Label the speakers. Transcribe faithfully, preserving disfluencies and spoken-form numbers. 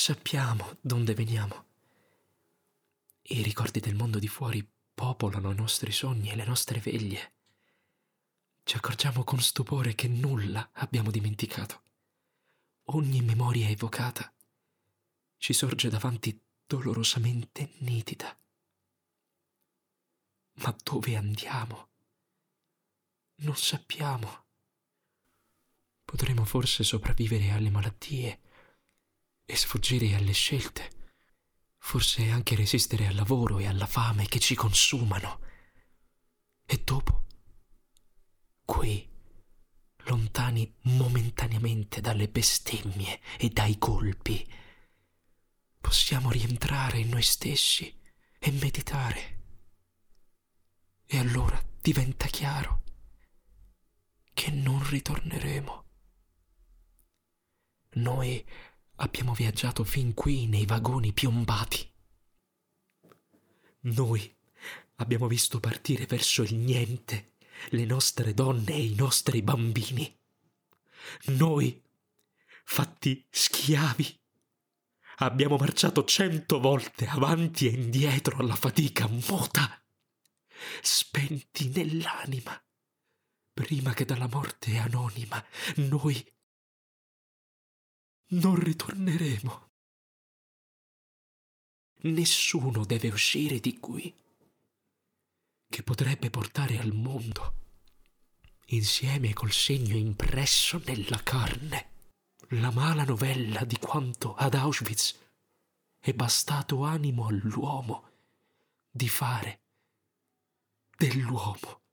Speaker 1: sappiamo dove veniamo. I ricordi del mondo di fuori popolano i nostri sogni e le nostre veglie. Ci accorgiamo con stupore che nulla abbiamo dimenticato. Ogni memoria evocata ci sorge davanti dolorosamente nitida. Ma dove andiamo? Non sappiamo. Potremo forse sopravvivere alle malattie e sfuggire alle scelte, forse anche resistere al lavoro e alla fame che ci consumano. E dopo, qui, lontani momentaneamente dalle bestemmie e dai colpi, possiamo rientrare in noi stessi e meditare. E allora diventa chiaro che non ritorneremo. Noi abbiamo viaggiato fin qui nei vagoni piombati. Noi abbiamo visto partire verso il niente le nostre donne e i nostri bambini. Noi, fatti schiavi, abbiamo marciato cento volte avanti e indietro alla fatica mota, spenti nell'anima, prima che dalla morte anonima noi non ritorneremo. Nessuno deve uscire di qui, che potrebbe portare al mondo, insieme col segno impresso nella carne, la mala novella di quanto ad Auschwitz è bastato animo all'uomo di fare dell'uomo.